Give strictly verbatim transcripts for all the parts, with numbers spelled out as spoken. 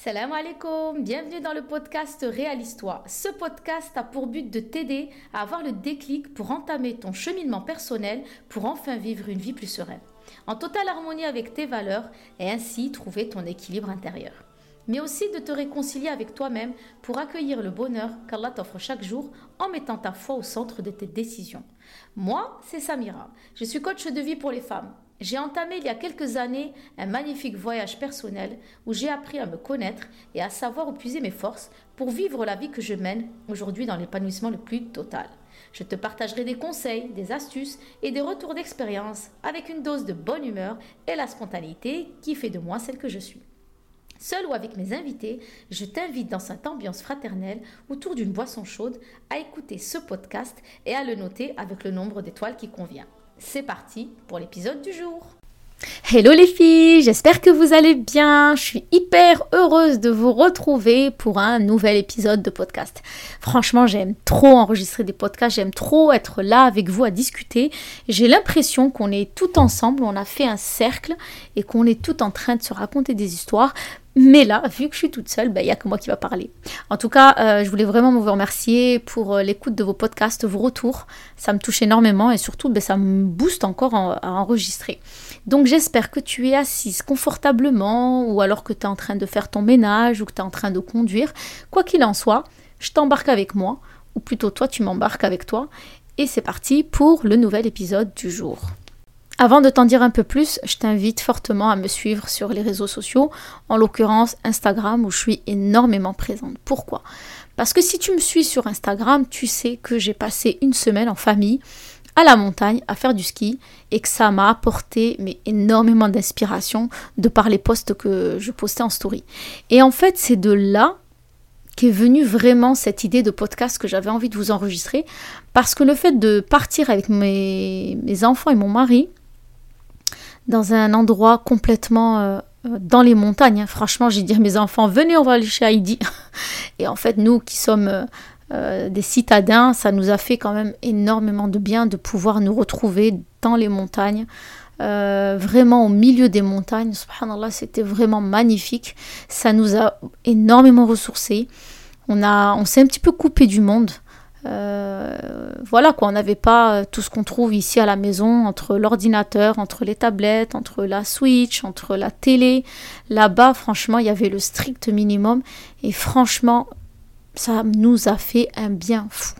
Salam alaikum, bienvenue dans le podcast Réalise-toi. Ce podcast a pour but de t'aider à avoir le déclic pour entamer ton cheminement personnel pour enfin vivre une vie plus sereine, en totale harmonie avec tes valeurs et ainsi trouver ton équilibre intérieur. Mais aussi de te réconcilier avec toi-même pour accueillir le bonheur qu'Allah t'offre chaque jour en mettant ta foi au centre de tes décisions. Moi, c'est Samira, je suis coach de vie pour les femmes. J'ai entamé il y a quelques années un magnifique voyage personnel où j'ai appris à me connaître et à savoir où puiser mes forces pour vivre la vie que je mène aujourd'hui dans l'épanouissement le plus total. Je te partagerai des conseils, des astuces et des retours d'expérience avec une dose de bonne humeur et la spontanéité qui fait de moi celle que je suis. Seul ou avec mes invités, je t'invite dans cette ambiance fraternelle autour d'une boisson chaude à écouter ce podcast et à le noter avec le nombre d'étoiles qui convient. C'est parti pour l'épisode du jour. Hello les filles, j'espère que vous allez bien. Je suis hyper heureuse de vous retrouver pour un nouvel épisode de podcast. Franchement, j'aime trop enregistrer des podcasts, j'aime trop être là avec vous à discuter. J'ai l'impression qu'on est tout ensemble, on a fait un cercle et qu'on est tout en train de se raconter des histoires. Mais là, vu que je suis toute seule, il ben, n'y a que moi qui va parler. En tout cas, euh, je voulais vraiment vous remercier pour euh, l'écoute de vos podcasts, vos retours. Ça me touche énormément et surtout, ben, ça me booste encore en, à enregistrer. Donc j'espère que tu es assise confortablement ou alors que tu es en train de faire ton ménage ou que tu es en train de conduire. Quoi qu'il en soit, je t'embarque avec moi, ou plutôt toi, tu m'embarques avec toi. Et c'est parti pour le nouvel épisode du jour. Avant de t'en dire un peu plus, je t'invite fortement à me suivre sur les réseaux sociaux, en l'occurrence Instagram où je suis énormément présente. Pourquoi ? Parce que si tu me suis sur Instagram, tu sais que j'ai passé une semaine en famille à la montagne à faire du ski et que ça m'a apporté mais, énormément d'inspiration de par les posts que je postais en story. Et en fait, c'est de là qu'est venue vraiment cette idée de podcast que j'avais envie de vous enregistrer parce que le fait de partir avec mes, mes enfants et mon mari dans un endroit complètement euh, dans les montagnes. Hein. Franchement, j'ai dit à mes enfants, venez, on va aller chez Heidi. Et en fait, nous qui sommes euh, euh, des citadins, ça nous a fait quand même énormément de bien de pouvoir nous retrouver dans les montagnes, euh, vraiment au milieu des montagnes. Subhanallah, c'était vraiment magnifique. Ça nous a énormément ressourcés. On, a, on s'est un petit peu coupé du monde. Euh, voilà quoi, on n'avait pas tout ce qu'on trouve ici à la maison, entre l'ordinateur, entre les tablettes, entre la Switch, entre la télé. Là-bas, franchement, il y avait le strict minimum et franchement, ça nous a fait un bien fou.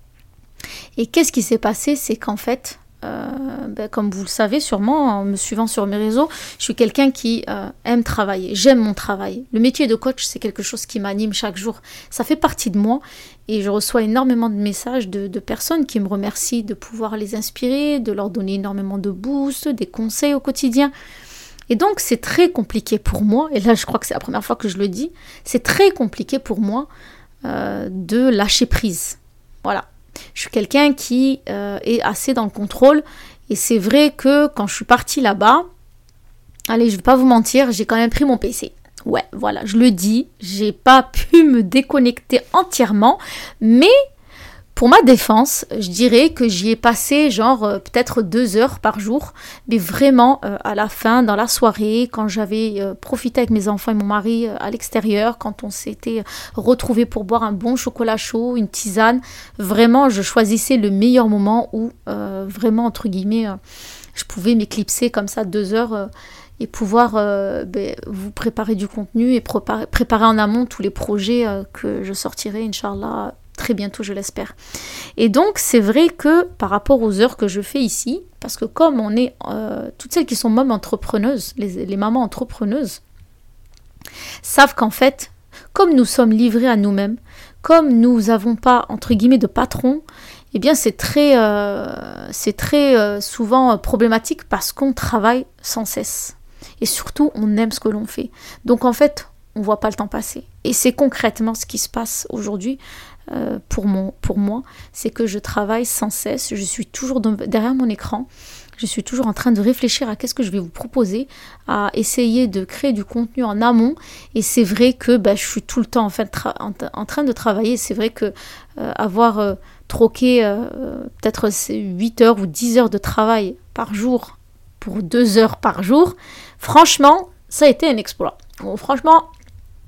Et qu'est-ce qui s'est passé ? C'est qu'en fait, euh, ben, comme vous le savez sûrement, en me suivant sur mes réseaux, je suis quelqu'un qui euh, aime travailler, j'aime mon travail. Le métier de coach, c'est quelque chose qui m'anime chaque jour. Ça fait partie de moi. Et je reçois énormément de messages de, de personnes qui me remercient de pouvoir les inspirer, de leur donner énormément de boost, des conseils au quotidien. Et donc, c'est très compliqué pour moi, et là, je crois que c'est la première fois que je le dis, c'est très compliqué pour moi euh, de lâcher prise. Voilà. Je suis quelqu'un qui euh, est assez dans le contrôle, et c'est vrai que quand je suis partie là-bas, allez, je ne vais pas vous mentir, j'ai quand même pris mon P C. Ouais, voilà, je le dis, j'ai pas pu me déconnecter entièrement, mais pour ma défense, je dirais que j'y ai passé genre euh, peut-être deux heures par jour, mais vraiment euh, à la fin, dans la soirée, quand j'avais euh, profité avec mes enfants et mon mari euh, à l'extérieur, quand on s'était retrouvés pour boire un bon chocolat chaud, une tisane, vraiment je choisissais le meilleur moment où euh, vraiment entre guillemets, euh, je pouvais m'éclipser comme ça deux heures euh, et pouvoir euh, ben, vous préparer du contenu et préparer, préparer en amont tous les projets euh, que je sortirai, Inch'Allah, très bientôt, je l'espère. Et donc, c'est vrai que par rapport aux heures que je fais ici, parce que comme on est, euh, toutes celles qui sont mamans entrepreneuses, les, les mamans entrepreneuses, savent qu'en fait, comme nous sommes livrés à nous-mêmes, comme nous n'avons pas, entre guillemets, de patron, eh bien, c'est très, euh, c'est très euh, souvent problématique parce qu'on travaille sans cesse. Et surtout, on aime ce que l'on fait. Donc, en fait, on ne voit pas le temps passer. Et c'est concrètement ce qui se passe aujourd'hui euh, pour, mon, pour moi. C'est que je travaille sans cesse. Je suis toujours de, derrière mon écran. Je suis toujours en train de réfléchir à qu'est-ce que je vais vous proposer, à essayer de créer du contenu en amont. Et c'est vrai que bah, je suis tout le temps en, fait, tra- en, en train de travailler. C'est vrai que euh, avoir euh, troqué euh, peut-être huit heures ou dix heures de travail par jour pour deux heures par jour, franchement, ça a été un exploit. Bon, franchement,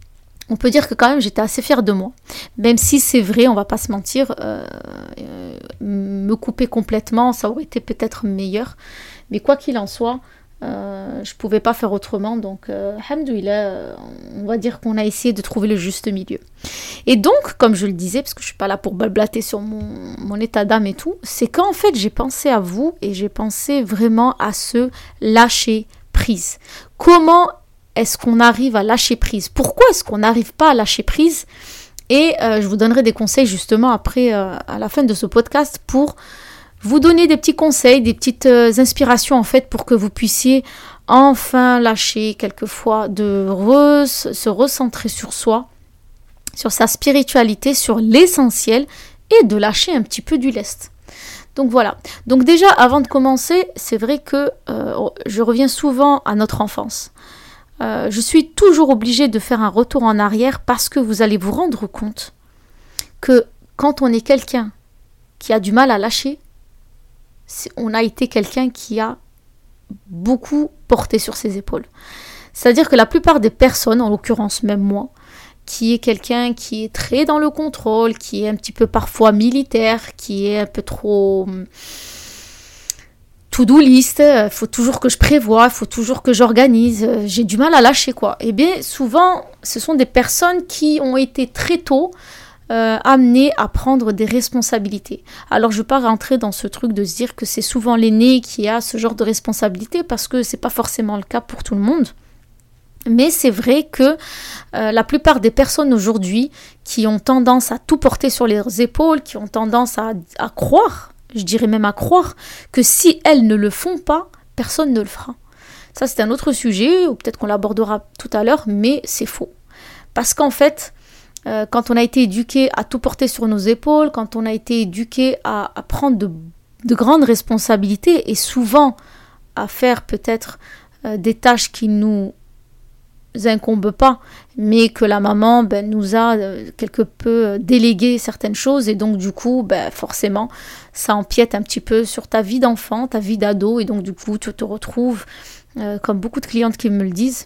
on peut dire que quand même j'étais assez fière de moi. Même si c'est vrai, on va pas se mentir, euh, euh, me couper complètement, ça aurait été peut-être meilleur. Mais quoi qu'il en soit, euh, je pouvais pas faire autrement. Donc, euh, alhamdoulilah, on va dire qu'on a essayé de trouver le juste milieu. Et donc, comme je le disais, parce que je suis pas là pour blablater sur mon, mon état d'âme et tout, c'est qu'en fait j'ai pensé à vous et j'ai pensé vraiment à se lâcher prise. Comment est-ce qu'on arrive à lâcher prise? Pourquoi est-ce qu'on n'arrive pas à lâcher prise? Et euh, je vous donnerai des conseils justement après, euh, à la fin de ce podcast, pour vous donner des petits conseils, des petites euh, inspirations en fait, pour que vous puissiez enfin lâcher quelquefois, de re- se recentrer sur soi, sur sa spiritualité, sur l'essentiel, et de lâcher un petit peu du lest. Donc voilà. Donc déjà, avant de commencer, c'est vrai que euh, je reviens souvent à notre enfance. Euh, je suis toujours obligée de faire un retour en arrière parce que vous allez vous rendre compte que quand on est quelqu'un qui a du mal à lâcher, on a été quelqu'un qui a beaucoup porté sur ses épaules. C'est-à-dire que la plupart des personnes, en l'occurrence même moi, qui est quelqu'un qui est très dans le contrôle, qui est un petit peu parfois militaire, qui est un peu trop to-do list, il faut toujours que je prévoie, il faut toujours que j'organise, j'ai du mal à lâcher quoi. Et bien souvent, ce sont des personnes qui ont été très tôt euh, amenées à prendre des responsabilités. Alors je ne veux pas rentrer dans ce truc de se dire que c'est souvent l'aîné qui a ce genre de responsabilité, parce que ce n'est pas forcément le cas pour tout le monde. Mais c'est vrai que euh, la plupart des personnes aujourd'hui qui ont tendance à tout porter sur leurs épaules, qui ont tendance à, à croire, je dirais même à croire, que si elles ne le font pas, personne ne le fera. Ça c'est un autre sujet, ou peut-être qu'on l'abordera tout à l'heure, mais c'est faux. Parce qu'en fait, euh, quand on a été éduqué à tout porter sur nos épaules, quand on a été éduqué à, à prendre de, de grandes responsabilités, et souvent à faire peut-être euh, des tâches qui nous incombe pas, mais que la maman ben, nous a euh, quelque peu euh, délégué certaines choses, et donc du coup ben, forcément ça empiète un petit peu sur ta vie d'enfant, ta vie d'ado, et donc du coup tu te retrouves euh, comme beaucoup de clientes qui me le disent,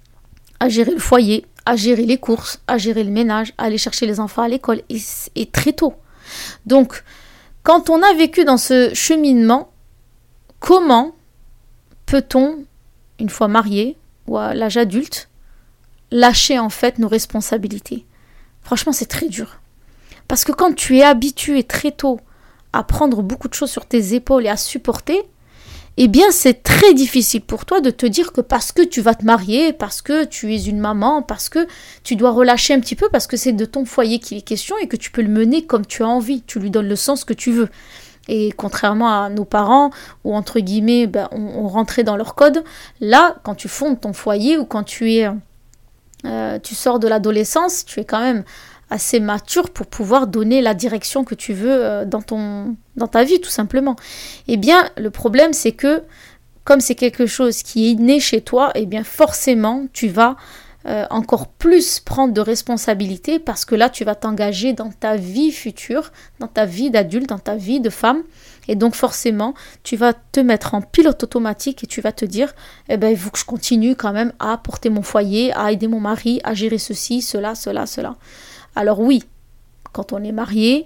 à gérer le foyer, à gérer les courses, à gérer le ménage, à aller chercher les enfants à l'école, et, et très tôt. Donc quand on a vécu dans ce cheminement, comment peut-on, une fois marié ou à l'âge adulte, lâcher en fait nos responsabilités? Franchement, c'est très dur. Parce que quand tu es habitué très tôt à prendre beaucoup de choses sur tes épaules et à supporter, eh bien c'est très difficile pour toi de te dire que parce que tu vas te marier, parce que tu es une maman, parce que tu dois relâcher un petit peu, parce que c'est de ton foyer qu'il est question et que tu peux le mener comme tu as envie, tu lui donnes le sens que tu veux. Et contrairement à nos parents, où entre guillemets, ben, on, on rentrait dans leur code, là, quand tu fondes ton foyer ou quand tu es... Euh, tu sors de l'adolescence, tu es quand même assez mature pour pouvoir donner la direction que tu veux euh, dans, ton, dans ta vie, tout simplement. Eh bien, le problème, c'est que, comme c'est quelque chose qui est né chez toi, eh bien, forcément, tu vas euh, encore plus prendre de responsabilités, parce que là, tu vas t'engager dans ta vie future, dans ta vie d'adulte, dans ta vie de femme. Et donc forcément, tu vas te mettre en pilote automatique et tu vas te dire, eh ben, il faut que je continue quand même à porter mon foyer, à aider mon mari, à gérer ceci, cela, cela, cela. Alors oui, quand on est marié,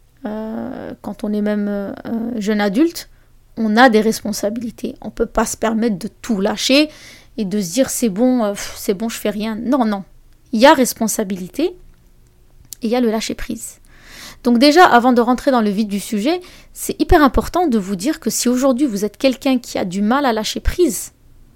euh, quand on est même euh, jeune adulte, on a des responsabilités. On ne peut pas se permettre de tout lâcher et de se dire, c'est bon, euh, c'est bon, je fais rien. Non, non. Il y a responsabilité et il y a le lâcher prise. Donc déjà, avant de rentrer dans le vif du sujet, c'est hyper important de vous dire que si aujourd'hui vous êtes quelqu'un qui a du mal à lâcher prise,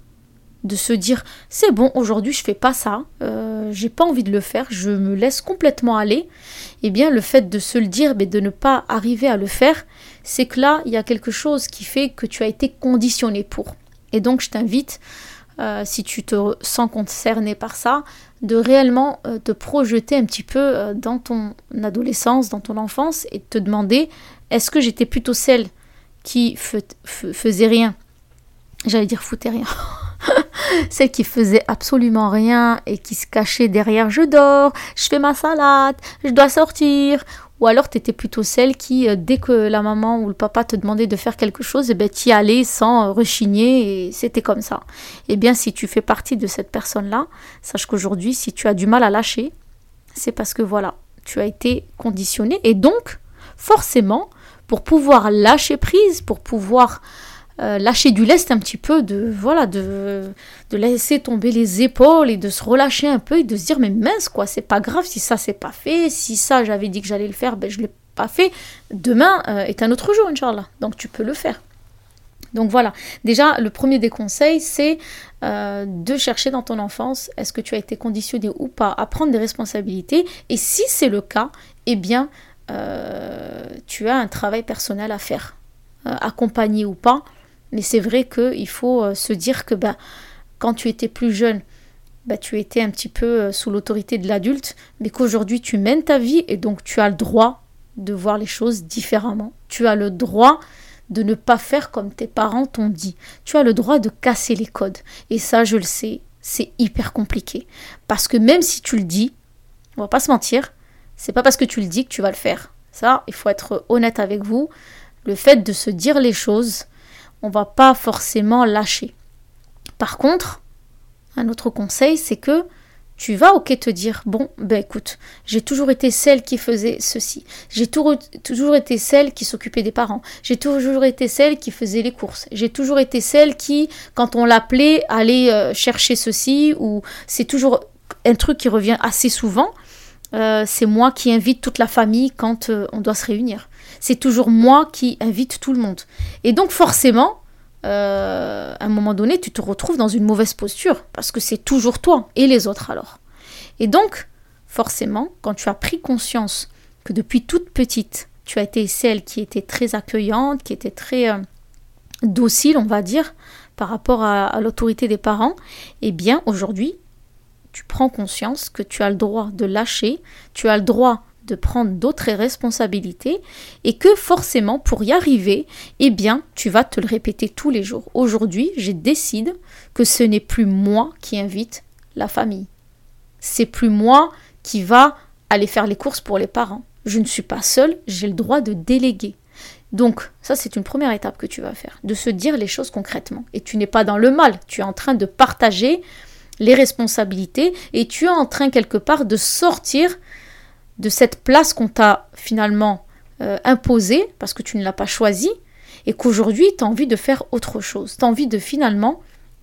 de se dire c'est bon, aujourd'hui je fais pas ça, euh, j'ai pas envie de le faire, je me laisse complètement aller, eh bien le fait de se le dire mais de ne pas arriver à le faire, c'est que là il y a quelque chose qui fait que tu as été conditionné pour. Et donc je t'invite, euh, si tu te sens concerné par ça, de réellement euh, te projeter un petit peu euh, dans ton adolescence, dans ton enfance, et te demander, est-ce que j'étais plutôt celle qui fe- fe- faisait rien, j'allais dire foutait rien, celle qui faisait absolument rien et qui se cachait derrière, je dors, je fais ma salade, je dois sortir, ou alors tu étais plutôt celle qui, euh, dès que la maman ou le papa te demandait de faire quelque chose, eh ben, tu y allais sans euh, rechigner, et c'était comme ça. Eh bien, si tu fais partie de cette personne-là, sache qu'aujourd'hui, si tu as du mal à lâcher, c'est parce que voilà, tu as été conditionné et donc forcément pour pouvoir lâcher prise, pour pouvoir euh, lâcher du lest un petit peu, de voilà, de, de laisser tomber les épaules et de se relâcher un peu et de se dire mais mince quoi, c'est pas grave si ça c'est pas fait, si ça j'avais dit que j'allais le faire, ben je l'ai pas fait, demain euh, est un autre jour Inch'Allah, donc tu peux le faire. Donc voilà, déjà le premier des conseils c'est euh, de chercher dans ton enfance, est-ce que tu as été conditionné ou pas à prendre des responsabilités, et si c'est le cas, eh bien euh, tu as un travail personnel à faire, euh, accompagné ou pas, mais c'est vrai qu'il faut euh, se dire que ben, quand tu étais plus jeune, ben, tu étais un petit peu euh, sous l'autorité de l'adulte, mais qu'aujourd'hui tu mènes ta vie et donc tu as le droit de voir les choses différemment, tu as le droit de ne pas faire comme tes parents t'ont dit. Tu as le droit de casser les codes. Et ça, je le sais, c'est hyper compliqué. Parce que même si tu le dis, on va pas se mentir, c'est pas parce que tu le dis que tu vas le faire. Ça, il faut être honnête avec vous. Le fait de se dire les choses, on va pas forcément lâcher. Par contre, un autre conseil, c'est que tu vas ok te dire, bon, ben écoute, j'ai toujours été celle qui faisait ceci, j'ai toujours, toujours été celle qui s'occupait des parents, j'ai toujours été celle qui faisait les courses, j'ai toujours été celle qui, quand on l'appelait, allait euh, chercher ceci, ou c'est toujours un truc qui revient assez souvent, euh, c'est moi qui invite toute la famille quand euh, on doit se réunir. C'est toujours moi qui invite tout le monde. Et donc forcément, Euh, à un moment donné, tu te retrouves dans une mauvaise posture parce que c'est toujours toi et les autres alors. Et donc, forcément, quand tu as pris conscience que depuis toute petite, tu as été celle qui était très accueillante, qui était très euh, docile, on va dire, par rapport à, à l'autorité des parents, eh bien, aujourd'hui, tu prends conscience que tu as le droit de lâcher, tu as le droit de prendre d'autres responsabilités et que forcément pour y arriver, eh bien tu vas te le répéter tous les jours. Aujourd'hui, je décide que ce n'est plus moi qui invite la famille. C'est plus moi qui va aller faire les courses pour les parents. Je ne suis pas seule, j'ai le droit de déléguer. Donc ça c'est une première étape que tu vas faire, de se dire les choses concrètement. Et tu n'es pas dans le mal, tu es en train de partager les responsabilités et tu es en train quelque part de sortir de cette place qu'on t'a finalement euh, imposée, parce que tu ne l'as pas choisie, et qu'aujourd'hui, tu as envie de faire autre chose. Tu as envie de finalement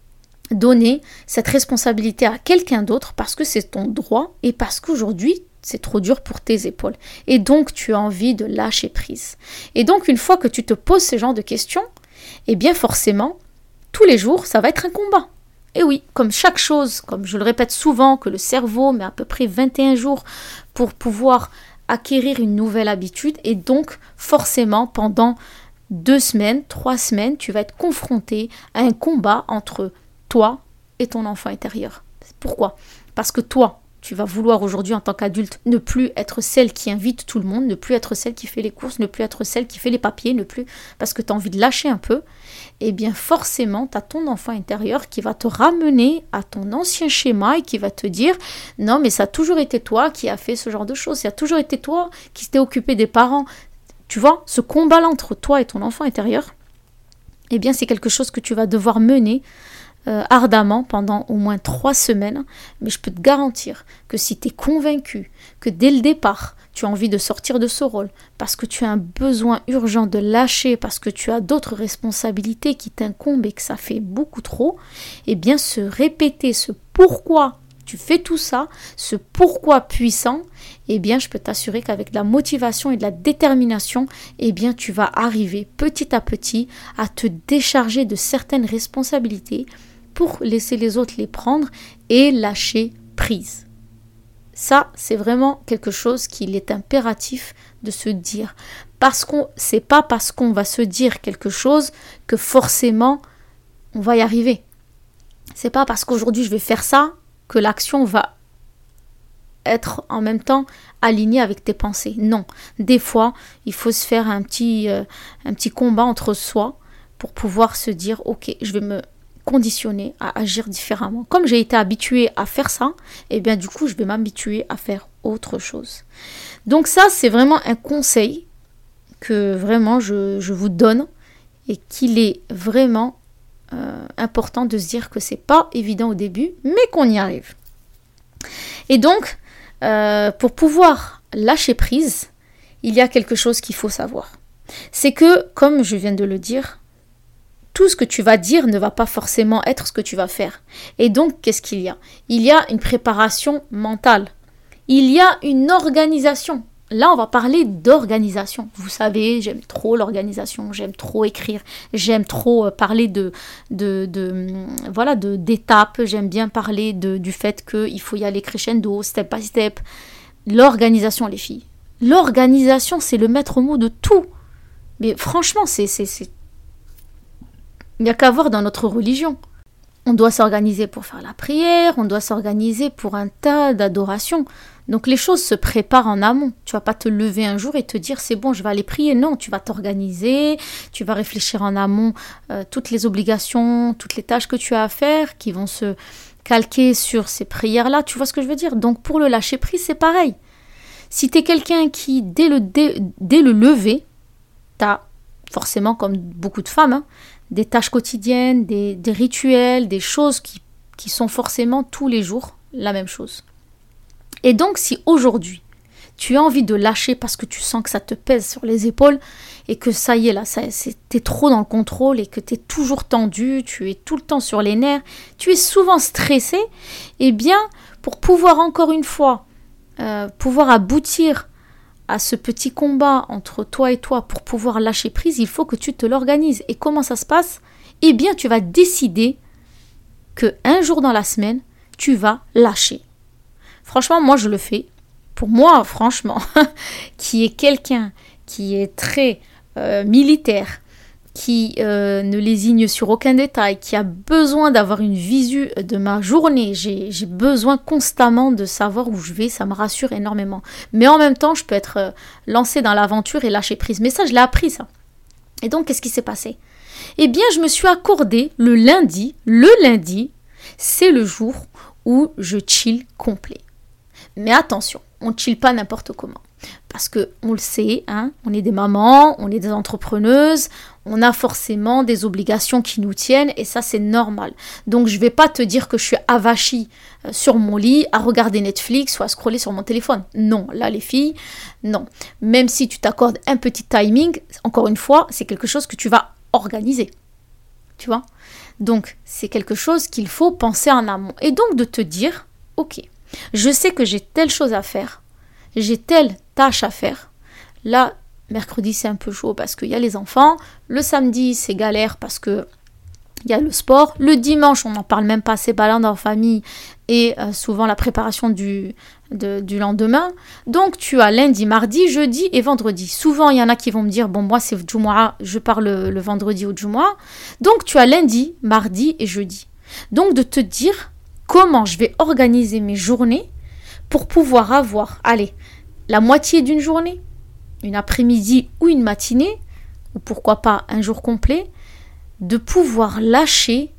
donner cette responsabilité à quelqu'un d'autre, parce que c'est ton droit, et parce qu'aujourd'hui, c'est trop dur pour tes épaules. Et donc, tu as envie de lâcher prise. Et donc, une fois que tu te poses ce genre de questions, eh bien forcément, tous les jours, ça va être un combat. Et oui, comme chaque chose, comme je le répète souvent, que le cerveau met à peu près vingt et un jours pour pouvoir acquérir une nouvelle habitude. Et donc, forcément, pendant deux semaines, trois semaines, tu vas être confronté à un combat entre toi et ton enfant intérieur. Pourquoi ? Parce que toi, tu vas vouloir aujourd'hui en tant qu'adulte ne plus être celle qui invite tout le monde, ne plus être celle qui fait les courses, ne plus être celle qui fait les papiers, ne plus parce que tu as envie de lâcher un peu. Eh bien forcément, tu as ton enfant intérieur qui va te ramener à ton ancien schéma et qui va te dire « Non, mais ça a toujours été toi qui a fait ce genre de choses, ça a toujours été toi qui t'es occupé des parents. » Tu vois, ce combat-là entre toi et ton enfant intérieur, eh bien c'est quelque chose que tu vas devoir mener Euh, ardemment pendant au moins trois semaines, mais je peux te garantir que si tu es convaincu que dès le départ, tu as envie de sortir de ce rôle, parce que tu as un besoin urgent de lâcher, parce que tu as d'autres responsabilités qui t'incombent et que ça fait beaucoup trop, eh bien se répéter ce pourquoi tu fais tout ça, ce pourquoi puissant, eh bien je peux t'assurer qu'avec de la motivation et de la détermination, eh bien tu vas arriver petit à petit à te décharger de certaines responsabilités pour laisser les autres les prendre et lâcher prise. Ça, c'est vraiment quelque chose qu'il est impératif de se dire. Parce qu'on, c'est pas parce qu'on va se dire quelque chose que forcément on va y arriver. C'est pas parce qu'aujourd'hui je vais faire ça que l'action va être en même temps alignée avec tes pensées. Non, des fois, il faut se faire un petit, euh, un petit combat entre soi pour pouvoir se dire « Ok, je vais me conditionner à agir différemment. » Comme j'ai été habituée à faire ça, et eh bien du coup, je vais m'habituer à faire autre chose. Donc ça, c'est vraiment un conseil que vraiment je, je vous donne et qu'il est vraiment euh, important de se dire que c'est pas évident au début, mais qu'on y arrive. Et donc, euh, pour pouvoir lâcher prise, il y a quelque chose qu'il faut savoir. C'est que, comme je viens de le dire, tout ce que tu vas dire ne va pas forcément être ce que tu vas faire. Et donc, qu'est-ce qu'il y a ? Il y a une préparation mentale. Il y a une organisation. Là, on va parler d'organisation. Vous savez, j'aime trop l'organisation, j'aime trop écrire, j'aime trop parler de, de, de, voilà, de, d'étapes, j'aime bien parler de, du fait qu'il faut y aller crescendo, step by step. L'organisation, les filles. L'organisation, c'est le maître mot de tout. Mais franchement, c'est... c'est, c'est... il n'y a qu'à voir dans notre religion. On doit s'organiser pour faire la prière, on doit s'organiser pour un tas d'adorations. Donc les choses se préparent en amont. Tu vas pas te lever un jour et te dire c'est bon, je vais aller prier. Non, tu vas t'organiser, tu vas réfléchir en amont euh, toutes les obligations, toutes les tâches que tu as à faire qui vont se calquer sur ces prières-là. Tu vois ce que je veux dire ? Donc pour le lâcher prise, c'est pareil. Si tu es quelqu'un qui, dès le, dès, dès le lever, tu as forcément, comme beaucoup de femmes, hein, des tâches quotidiennes, des, des rituels, des choses qui, qui sont forcément tous les jours la même chose. Et donc, si aujourd'hui, tu as envie de lâcher parce que tu sens que ça te pèse sur les épaules et que ça y est, là, ça, c'est, t'es trop dans le contrôle et que tu es toujours tendu, tu es tout le temps sur les nerfs, tu es souvent stressé, eh bien, pour pouvoir encore une fois, euh, pouvoir aboutir à ce petit combat entre toi et toi pour pouvoir lâcher prise, il faut que tu te l'organises. Et comment ça se passe ? Eh bien, tu vas décider qu'un jour dans la semaine, tu vas lâcher. Franchement, moi, je le fais. Pour moi, franchement, qui est quelqu'un qui est très euh, militaire, qui euh, ne lésigne sur aucun détail, qui a besoin d'avoir une visu de ma journée. J'ai, j'ai besoin constamment de savoir où je vais, ça me rassure énormément. Mais en même temps, je peux être euh, lancée dans l'aventure et lâcher prise. Mais ça, je l'ai appris, ça. Et donc, qu'est-ce qui s'est passé ? Eh bien, je me suis accordé le lundi. Le lundi, c'est le jour où je chill complet. Mais attention, on ne chill pas n'importe comment. Parce qu'on le sait, hein, on est des mamans, on est des entrepreneuses, on a forcément des obligations qui nous tiennent et ça c'est normal. Donc je ne vais pas te dire que je suis avachie sur mon lit à regarder Netflix ou à scroller sur mon téléphone. Non, là les filles, non. Même si tu t'accordes un petit timing, encore une fois, c'est quelque chose que tu vas organiser. Tu vois ? Donc c'est quelque chose qu'il faut penser en amont. Et donc de te dire, ok, je sais que j'ai telle chose à faire, j'ai telle tâche à faire. Là, mercredi, c'est un peu chaud parce qu'il y a les enfants. Le samedi, c'est galère parce qu'il y a le sport. Le dimanche, on n'en parle même pas, c'est balade en famille et euh, souvent la préparation du, de, du lendemain. Donc, tu as lundi, mardi, jeudi et vendredi. Souvent, il y en a qui vont me dire, bon, moi, c'est Jumu'ah, je pars le, le vendredi au Jumu'ah. Donc, tu as lundi, mardi et jeudi. Donc, de te dire comment je vais organiser mes journées pour pouvoir avoir, allez, la moitié d'une journée, une après-midi ou une matinée, ou pourquoi pas un jour complet, de pouvoir lâcher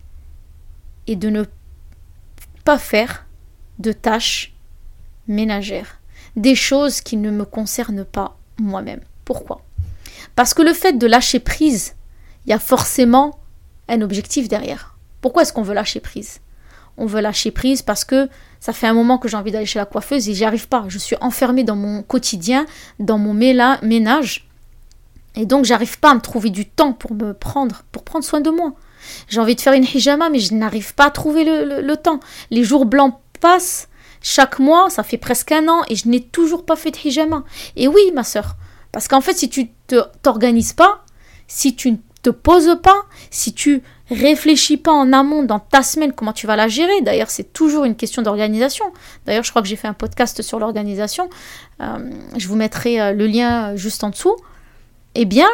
et de ne pas faire de tâches ménagères, des choses qui ne me concernent pas moi-même. Pourquoi ? Parce que le fait de lâcher prise, il y a forcément un objectif derrière. Pourquoi est-ce qu'on veut lâcher prise ? On veut lâcher prise parce que ça fait un moment que j'ai envie d'aller chez la coiffeuse et j'y arrive pas. Je suis enfermée dans mon quotidien, dans mon méla- ménage. Et donc, j'arrive pas à me trouver du temps pour me prendre, pour prendre soin de moi. J'ai envie de faire une hijama, mais je n'arrive pas à trouver le, le, le temps. Les jours blancs passent. Chaque mois, ça fait presque un an et je n'ai toujours pas fait de hijama. Et oui, ma sœur, parce qu'en fait, si tu ne t'organises pas, si tu ne te poses pas, si tu réfléchis pas en amont dans ta semaine comment tu vas la gérer, d'ailleurs c'est toujours une question d'organisation, d'ailleurs je crois que j'ai fait un podcast sur l'organisation, euh, je vous mettrai euh, le lien juste en dessous, eh bien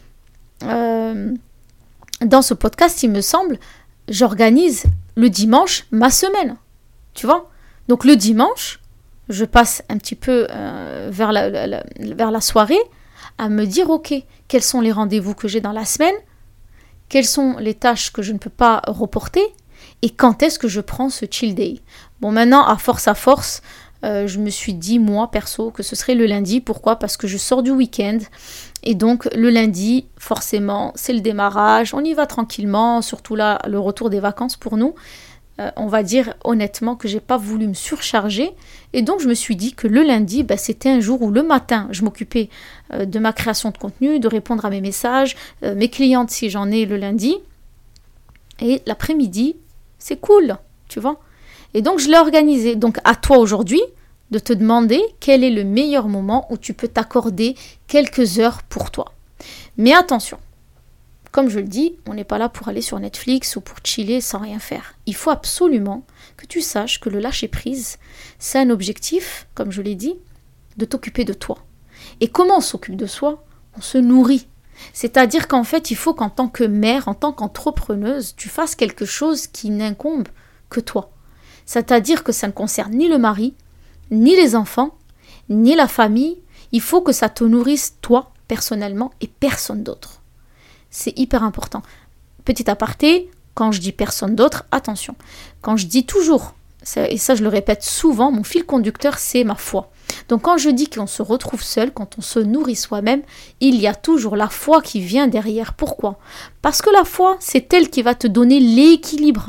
euh, dans ce podcast il me semble, j'organise le dimanche ma semaine, tu vois, donc le dimanche je passe un petit peu euh, vers, la, la, la, vers la soirée à me dire ok, quels sont les rendez-vous que j'ai dans la semaine, quelles sont les tâches que je ne peux pas reporter et quand est-ce que je prends ce chill day. Bon, maintenant, à force à force, euh, je me suis dit, moi, perso, que ce serait le lundi. Pourquoi ? Parce que je sors du week-end et donc le lundi, forcément, c'est le démarrage. On y va tranquillement, surtout là, le retour des vacances pour nous. euh, on va dire honnêtement que j'ai pas voulu me surcharger. Et donc, je me suis dit que le lundi, bah, c'était un jour où le matin, je m'occupais euh, de ma création de contenu, de répondre à mes messages, euh, mes clientes si j'en ai le lundi. Et l'après-midi, c'est cool, tu vois. Et donc, je l'ai organisé. Donc, à toi aujourd'hui de te demander quel est le meilleur moment où tu peux t'accorder quelques heures pour toi. Mais attention, comme je le dis, on n'est pas là pour aller sur Netflix ou pour chiller sans rien faire. Il faut absolument que tu saches que le lâcher-prise, c'est un objectif, comme je l'ai dit, de t'occuper de toi. Et comment on s'occupe de soi ? On se nourrit. C'est-à-dire qu'en fait, il faut qu'en tant que mère, en tant qu'entrepreneuse, tu fasses quelque chose qui n'incombe que toi. C'est-à-dire que ça ne concerne ni le mari, ni les enfants, ni la famille. Il faut que ça te nourrisse toi, personnellement, et personne d'autre. C'est hyper important. Petit aparté, quand je dis personne d'autre, attention. Quand je dis toujours, et ça je le répète souvent, mon fil conducteur, c'est ma foi. Donc quand je dis qu'on se retrouve seul, quand on se nourrit soi-même, il y a toujours la foi qui vient derrière. Pourquoi ? Parce que la foi, c'est elle qui va te donner l'équilibre.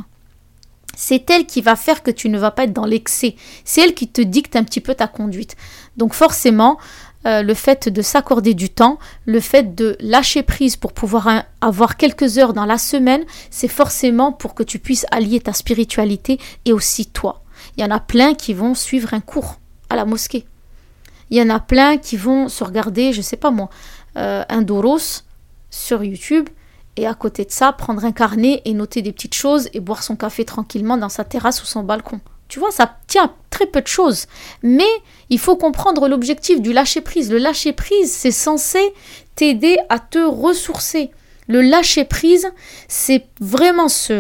C'est elle qui va faire que tu ne vas pas être dans l'excès. C'est elle qui te dicte un petit peu ta conduite. Donc forcément, euh, le fait de s'accorder du temps, le fait de lâcher prise pour pouvoir un, avoir quelques heures dans la semaine, c'est forcément pour que tu puisses allier ta spiritualité et aussi toi. Il y en a plein qui vont suivre un cours à la mosquée. Il y en a plein qui vont se regarder, je sais pas moi, euh, un doros sur YouTube. Et à côté de ça, prendre un carnet et noter des petites choses et boire son café tranquillement dans sa terrasse ou son balcon. Tu vois, ça tient très peu de choses. Mais il faut comprendre l'objectif du lâcher-prise. Le lâcher-prise, c'est censé t'aider à te ressourcer. Le lâcher-prise, c'est vraiment ce...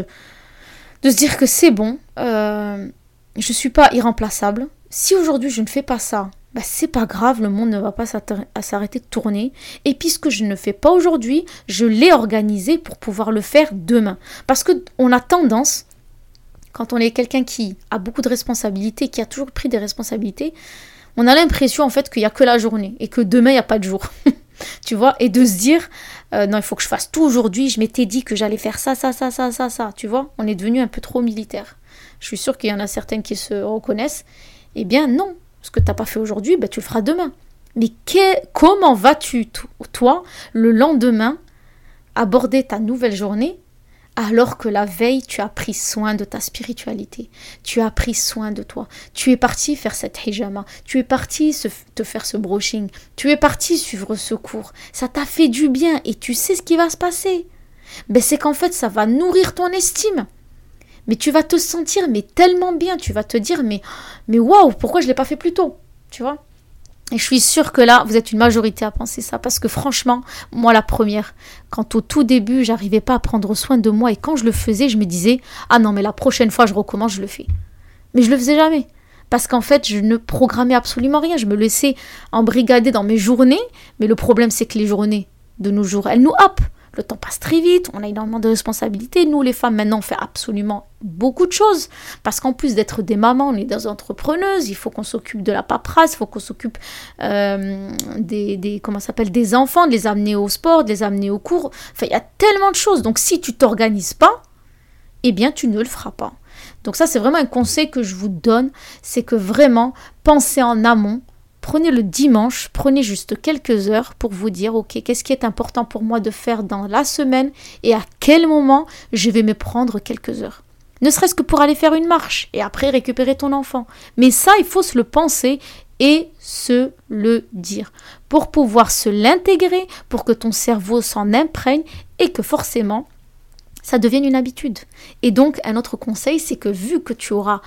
de se dire que c'est bon, euh, je ne suis pas irremplaçable. Si aujourd'hui je ne fais pas ça, bah c'est pas grave, le monde ne va pas s'arrêter de tourner. Et puisque je ne le fais pas aujourd'hui, je l'ai organisé pour pouvoir le faire demain. Parce qu'on a tendance, quand on est quelqu'un qui a beaucoup de responsabilités, qui a toujours pris des responsabilités, on a l'impression en fait qu'il n'y a que la journée et que demain il n'y a pas de jour. Tu vois, et de se dire, euh, non, il faut que je fasse tout aujourd'hui, je m'étais dit que j'allais faire ça, ça, ça, ça, ça, ça. Tu vois, on est devenu un peu trop militaire. Je suis sûre qu'il y en a certaines qui se reconnaissent. Eh bien non, ce que tu n'as pas fait aujourd'hui, bah, tu le feras demain. Mais que, comment vas-tu, toi, le lendemain, aborder ta nouvelle journée alors que la veille, tu as pris soin de ta spiritualité, tu as pris soin de toi, tu es parti faire cette hijama, tu es parti se, te faire ce brushing, tu es parti suivre ce cours, ça t'a fait du bien et tu sais ce qui va se passer. Ben, c'est qu'en fait, ça va nourrir ton estime. Mais tu vas te sentir mais tellement bien, tu vas te dire mais, mais waouh, pourquoi je ne l'ai pas fait plus tôt, tu vois ? Et je suis sûre que là, vous êtes une majorité à penser ça. Parce que franchement, moi la première, quand au tout début, j'arrivais pas à prendre soin de moi et quand je le faisais, je me disais « Ah non, mais la prochaine fois, je recommence, je le fais. » Mais je le faisais jamais. Parce qu'en fait, je ne programmais absolument rien. Je me laissais embrigader dans mes journées. Mais le problème, c'est que les journées de nos jours, elles nous happent. Le temps passe très vite, on a énormément de responsabilités. Nous, les femmes, maintenant, on fait absolument beaucoup de choses. Parce qu'en plus d'être des mamans, on est des entrepreneuses. Il faut qu'on s'occupe de la paperasse, il faut qu'on s'occupe euh, des, des, comment ça s'appelle, des enfants, de les amener au sport, de les amener au cours. Enfin, il y a tellement de choses. Donc, si tu ne t'organises pas, eh bien, tu ne le feras pas. Donc ça, c'est vraiment un conseil que je vous donne. C'est que vraiment, pensez en amont. Prenez le dimanche, prenez juste quelques heures pour vous dire, ok, qu'est-ce qui est important pour moi de faire dans la semaine et à quel moment je vais me prendre quelques heures. Ne serait-ce que pour aller faire une marche et après récupérer ton enfant. Mais ça, il faut se le penser et se le dire pour pouvoir se l'intégrer, pour que ton cerveau s'en imprègne et que forcément, ça devienne une habitude. Et donc, un autre conseil, c'est que vu que tu auras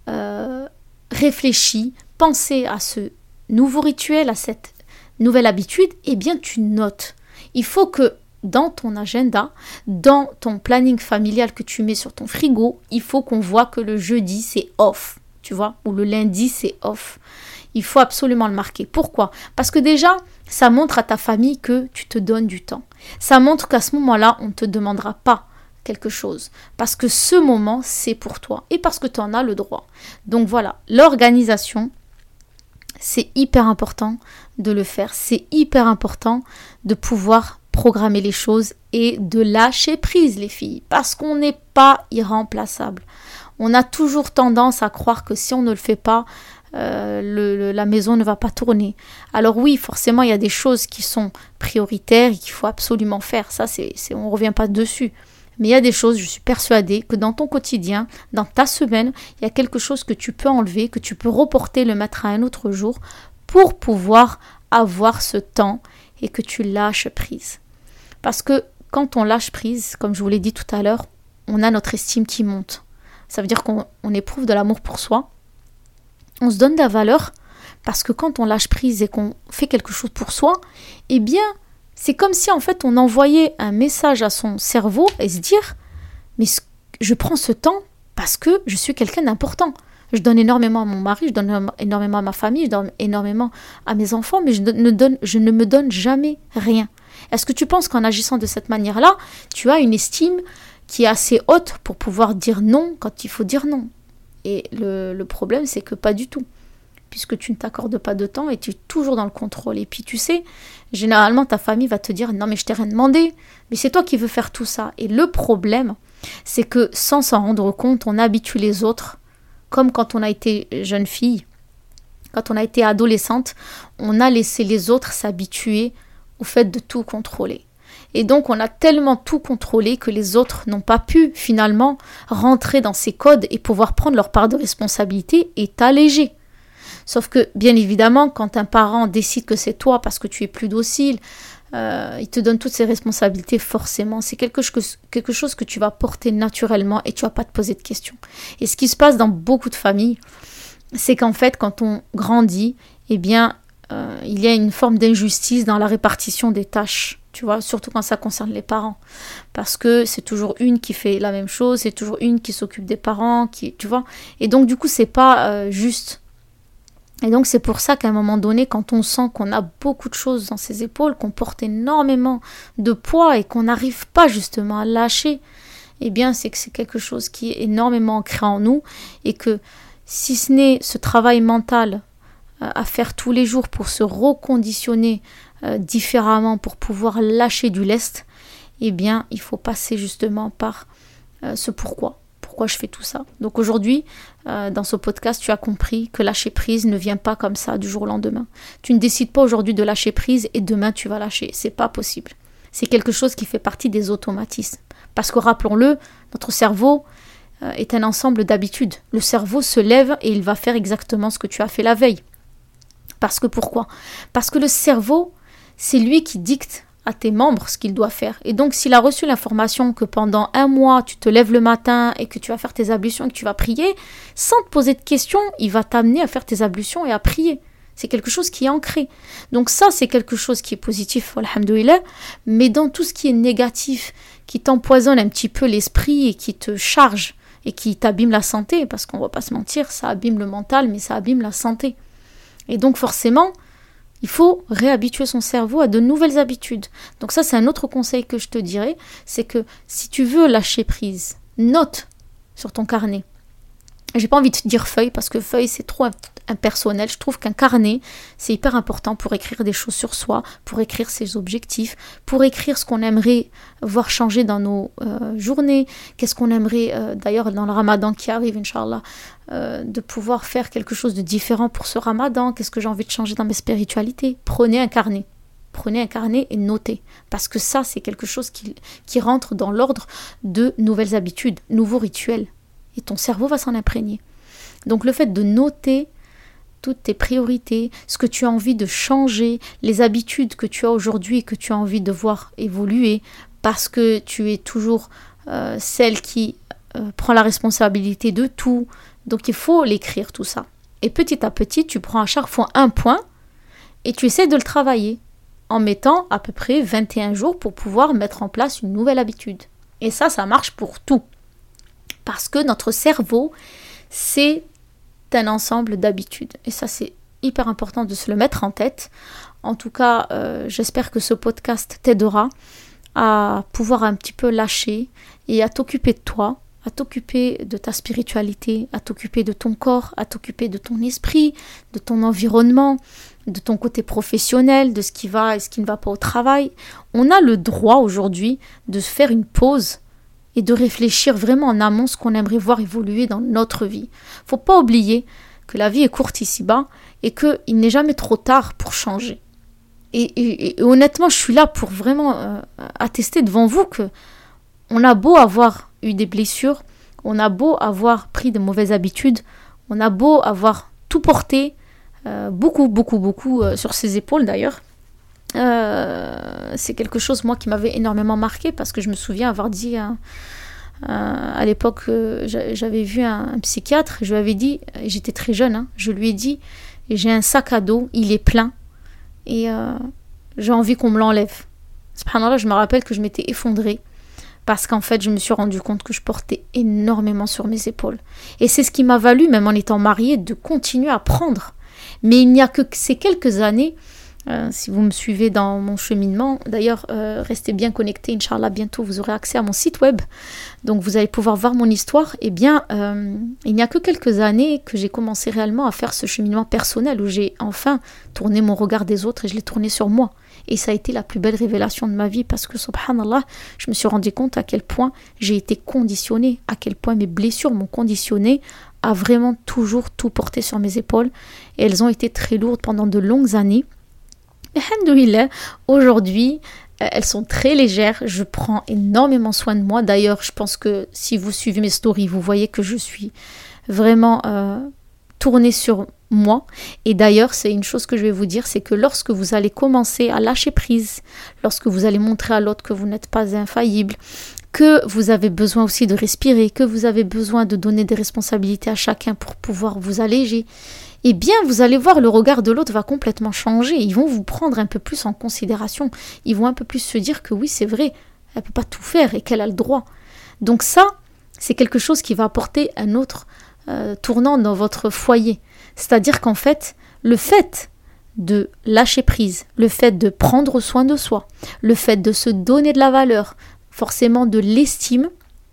euh, réfléchi, pensé à ce nouveau rituel, à cette nouvelle habitude, eh bien tu notes. Il faut que dans ton agenda, dans ton planning familial que tu mets sur ton frigo, il faut qu'on voit que le jeudi c'est off, tu vois, ou le lundi c'est off. Il faut absolument le marquer. Pourquoi ? Parce que déjà, ça montre à ta famille que tu te donnes du temps. Ça montre qu'à ce moment-là, on ne te demandera pas quelque chose. Parce que ce moment, c'est pour toi. Et parce que tu en as le droit. Donc voilà, l'organisation, c'est hyper important de le faire. C'est hyper important de pouvoir programmer les choses et de lâcher prise, les filles. Parce qu'on n'est pas irremplaçable. On a toujours tendance à croire que si on ne le fait pas, euh, le, le, la maison ne va pas tourner. Alors oui, forcément, il y a des choses qui sont prioritaires et qu'il faut absolument faire. Ça, c'est, c'est, on ne revient pas dessus. Mais il y a des choses, je suis persuadée, que dans ton quotidien, dans ta semaine, il y a quelque chose que tu peux enlever, que tu peux reporter, le mettre à un autre jour pour pouvoir avoir ce temps et que tu lâches prise. Parce que quand on lâche prise, comme je vous l'ai dit tout à l'heure, on a notre estime qui monte. Ça veut dire qu'on on éprouve de l'amour pour soi. On se donne de la valeur parce que quand on lâche prise et qu'on fait quelque chose pour soi, eh bien, c'est comme si en fait on envoyait un message à son cerveau et se dire « Mais je prends ce temps parce que je suis quelqu'un d'important. Je donne énormément à mon mari, je donne énormément à ma famille, je donne énormément à mes enfants, mais je ne, donne, je ne me donne jamais rien. » Est-ce que tu penses qu'en agissant de cette manière-là, tu as une estime qui est assez haute pour pouvoir dire non quand il faut dire non? Et le, le problème, c'est que pas du tout. Puisque tu ne t'accordes pas de temps et tu es toujours dans le contrôle. Et puis tu sais, généralement ta famille va te dire « Non mais je t'ai rien demandé, mais c'est toi qui veux faire tout ça. » Et le problème, c'est que sans s'en rendre compte, on habitue les autres. Comme quand on a été jeune fille, quand on a été adolescente, on a laissé les autres s'habituer au fait de tout contrôler. Et donc, on a tellement tout contrôlé que les autres n'ont pas pu, finalement, rentrer dans ces codes et pouvoir prendre leur part de responsabilité et t'alléger. Sauf que, bien évidemment, quand un parent décide que c'est toi parce que tu es plus docile, euh, il te donne toutes ses responsabilités forcément. C'est quelque chose, quelque chose que tu vas porter naturellement et tu ne vas pas te poser de questions. Et ce qui se passe dans beaucoup de familles, c'est qu'en fait, quand on grandit, eh bien, euh, il y a une forme d'injustice dans la répartition des tâches. Tu vois, surtout quand ça concerne les parents. Parce que c'est toujours une qui fait la même chose, c'est toujours une qui s'occupe des parents, qui, tu vois. Et donc, du coup, c'est pas euh, juste. Et donc, c'est pour ça qu'à un moment donné, quand on sent qu'on a beaucoup de choses dans ses épaules, qu'on porte énormément de poids et qu'on n'arrive pas justement à lâcher, eh bien, c'est que c'est quelque chose qui est énormément ancré en nous et que si ce n'est ce travail mental euh, à faire tous les jours pour se reconditionner Euh, différemment pour pouvoir lâcher du lest, eh bien il faut passer justement par euh, ce pourquoi. Pourquoi je fais tout ça. Donc aujourd'hui, euh, dans ce podcast, tu as compris que lâcher prise ne vient pas comme ça du jour au lendemain. Tu ne décides pas aujourd'hui de lâcher prise et demain tu vas lâcher. C'est pas possible. C'est quelque chose qui fait partie des automatismes. Parce que rappelons-le, notre cerveau euh, est un ensemble d'habitudes. Le cerveau se lève et il va faire exactement ce que tu as fait la veille. Parce que pourquoi ? Parce que le cerveau, c'est lui qui dicte à tes membres ce qu'il doit faire. Et donc, s'il a reçu l'information que pendant un mois, tu te lèves le matin et que tu vas faire tes ablutions et que tu vas prier, sans te poser de questions, il va t'amener à faire tes ablutions et à prier. C'est quelque chose qui est ancré. Donc ça, c'est quelque chose qui est positif, alhamdoulilah. Mais dans tout ce qui est négatif, qui t'empoisonne un petit peu l'esprit et qui te charge et qui t'abîme la santé, parce qu'on ne va pas se mentir, ça abîme le mental, mais ça abîme la santé. Et donc forcément, il faut réhabituer son cerveau à de nouvelles habitudes. Donc ça, c'est un autre conseil que je te dirais, c'est que si tu veux lâcher prise, note sur ton carnet. J'ai pas envie de te dire feuille, parce que feuille, c'est trop impersonnel. Je trouve qu'un carnet, c'est hyper important pour écrire des choses sur soi, pour écrire ses objectifs, pour écrire ce qu'on aimerait voir changer dans nos euh, journées, qu'est-ce qu'on aimerait, euh, d'ailleurs dans le ramadan qui arrive, Inch'Allah, euh, de pouvoir faire quelque chose de différent pour ce ramadan, qu'est-ce que j'ai envie de changer dans mes spiritualités. Prenez un carnet. Prenez un carnet et notez, parce que ça, c'est quelque chose qui, qui rentre dans l'ordre de nouvelles habitudes, nouveaux rituels. Et ton cerveau va s'en imprégner. Donc le fait de noter toutes tes priorités, ce que tu as envie de changer, les habitudes que tu as aujourd'hui et que tu as envie de voir évoluer, parce que tu es toujours euh, celle qui euh, prend la responsabilité de tout. Donc il faut l'écrire tout ça. Et petit à petit, tu prends à chaque fois un point et tu essaies de le travailler en mettant à peu près vingt et un jours pour pouvoir mettre en place une nouvelle habitude. Et ça, ça marche pour tout. Parce que notre cerveau, c'est un ensemble d'habitudes. Et ça, c'est hyper important de se le mettre en tête. En tout cas, euh, j'espère que ce podcast t'aidera à pouvoir un petit peu lâcher et à t'occuper de toi, à t'occuper de ta spiritualité, à t'occuper de ton corps, à t'occuper de ton esprit, de ton environnement, de ton côté professionnel, de ce qui va et ce qui ne va pas au travail. On a le droit aujourd'hui de faire une pause et de réfléchir vraiment en amont ce qu'on aimerait voir évoluer dans notre vie. Faut pas oublier que la vie est courte ici-bas et qu'il n'est jamais trop tard pour changer. Et, et, et honnêtement, je suis là pour vraiment euh, attester devant vous que on a beau avoir eu des blessures, on a beau avoir pris de mauvaises habitudes, on a beau avoir tout porté, euh, beaucoup, beaucoup, beaucoup euh, sur ses épaules d'ailleurs. Euh, c'est quelque chose, moi, qui m'avait énormément marqué parce que je me souviens avoir dit... Euh, Euh, à l'époque, euh, j'avais vu un, un psychiatre, je lui avais dit, j'étais très jeune, hein, je lui ai dit, j'ai un sac à dos, il est plein, et euh, j'ai envie qu'on me l'enlève. Subhanallah, je me rappelle que je m'étais effondrée, parce qu'en fait, je me suis rendu compte que je portais énormément sur mes épaules. Et c'est ce qui m'a valu, même en étant mariée, de continuer à prendre. Mais il n'y a que ces quelques années, Euh, si vous me suivez dans mon cheminement, d'ailleurs, euh, restez bien connectés, Inch'Allah, bientôt vous aurez accès à mon site web, donc vous allez pouvoir voir mon histoire. Eh bien, euh, il n'y a que quelques années que j'ai commencé réellement à faire ce cheminement personnel, où j'ai enfin tourné mon regard des autres et je l'ai tourné sur moi. Et ça a été la plus belle révélation de ma vie, parce que, subhanallah, je me suis rendu compte à quel point j'ai été conditionnée, à quel point mes blessures m'ont conditionnée à vraiment toujours tout porter sur mes épaules. Et elles ont été très lourdes pendant de longues années. Alhamdoulilah, aujourd'hui, euh, elles sont très légères. Je prends énormément soin de moi. D'ailleurs, je pense que si vous suivez mes stories, vous voyez que je suis vraiment euh, tournée sur moi. Et d'ailleurs, c'est une chose que je vais vous dire, c'est que lorsque vous allez commencer à lâcher prise, lorsque vous allez montrer à l'autre que vous n'êtes pas infaillible, que vous avez besoin aussi de respirer, que vous avez besoin de donner des responsabilités à chacun pour pouvoir vous alléger, eh bien, vous allez voir, le regard de l'autre va complètement changer. Ils vont vous prendre un peu plus en considération. Ils vont un peu plus se dire que oui, c'est vrai, elle ne peut pas tout faire et qu'elle a le droit. Donc ça, c'est quelque chose qui va apporter un autre euh, tournant dans votre foyer. C'est-à-dire qu'en fait, le fait de lâcher prise, le fait de prendre soin de soi, le fait de se donner de la valeur, forcément de l'estime,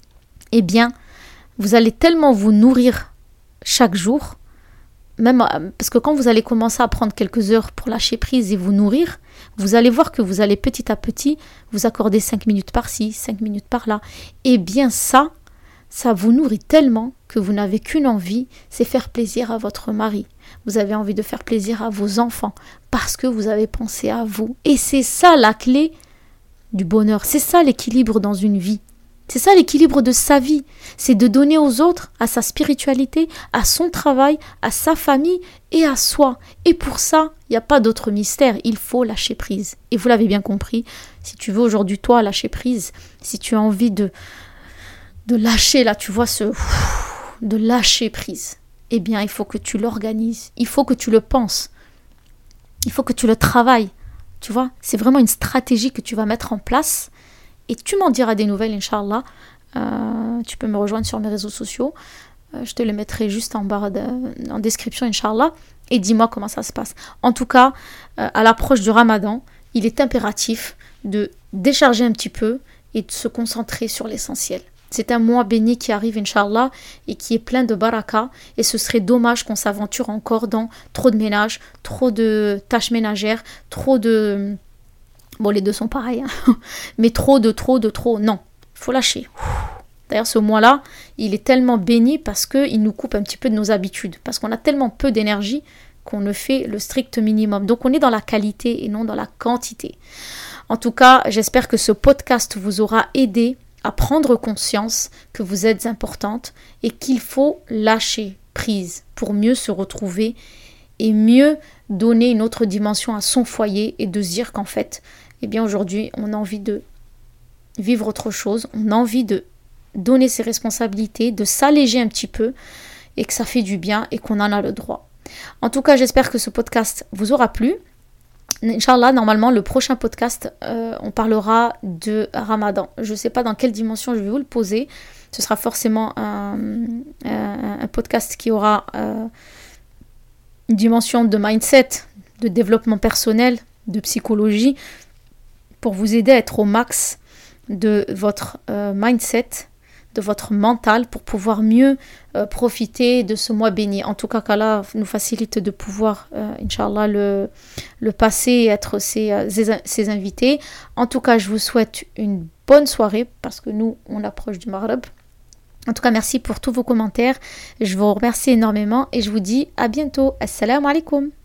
eh bien, vous allez tellement vous nourrir chaque jour, même parce que quand vous allez commencer à prendre quelques heures pour lâcher prise et vous nourrir, vous allez voir que vous allez petit à petit vous accorder cinq minutes par-ci, cinq minutes par-là. Et bien ça, ça vous nourrit tellement que vous n'avez qu'une envie, c'est faire plaisir à votre mari. Vous avez envie de faire plaisir à vos enfants parce que vous avez pensé à vous. Et c'est ça la clé du bonheur, c'est ça l'équilibre dans une vie. C'est ça l'équilibre de sa vie, c'est de donner aux autres, à sa spiritualité, à son travail, à sa famille et à soi. Et pour ça, il n'y a pas d'autre mystère, il faut lâcher prise. Et vous l'avez bien compris, si tu veux aujourd'hui toi lâcher prise, si tu as envie de, de lâcher, là tu vois ce... de lâcher prise, eh bien il faut que tu l'organises, il faut que tu le penses, il faut que tu le travailles. Tu vois, c'est vraiment une stratégie que tu vas mettre en place. Et tu m'en diras des nouvelles, Inch'Allah. Euh, tu peux me rejoindre sur mes réseaux sociaux. Euh, je te les mettrai juste en barre de, en description, Inch'Allah. Et dis-moi comment ça se passe. En tout cas, euh, à l'approche du Ramadan, il est impératif de décharger un petit peu et de se concentrer sur l'essentiel. C'est un mois béni qui arrive, Inch'Allah, et qui est plein de baraka. Et ce serait dommage qu'on s'aventure encore dans trop de ménage, trop de tâches ménagères, trop de... Bon, les deux sont pareils, hein. Mais trop de trop de trop, non, il faut lâcher. D'ailleurs, ce mois-là, il est tellement béni parce qu'il nous coupe un petit peu de nos habitudes, parce qu'on a tellement peu d'énergie qu'on ne fait le strict minimum. Donc, on est dans la qualité et non dans la quantité. En tout cas, j'espère que ce podcast vous aura aidé à prendre conscience que vous êtes importante et qu'il faut lâcher prise pour mieux se retrouver et mieux donner une autre dimension à son foyer et de se dire qu'en fait, eh bien aujourd'hui, on a envie de vivre autre chose, on a envie de donner ses responsabilités, de s'alléger un petit peu et que ça fait du bien et qu'on en a le droit. En tout cas, j'espère que ce podcast vous aura plu. Inch'Allah, normalement, le prochain podcast, euh, on parlera de Ramadan. Je ne sais pas dans quelle dimension je vais vous le poser. Ce sera forcément un, un, un podcast qui aura euh, une dimension de mindset, de développement personnel, de psychologie, pour vous aider à être au max de votre euh, mindset, de votre mental, pour pouvoir mieux euh, profiter de ce mois béni. En tout cas, qu'Allah nous facilite de pouvoir, euh, Inch'Allah, le, le passer et être ses, ses, ses invités. En tout cas, je vous souhaite une bonne soirée parce que nous, on approche du Maghreb. En tout cas, merci pour tous vos commentaires. Je vous remercie énormément et je vous dis à bientôt. Assalamu alaikum.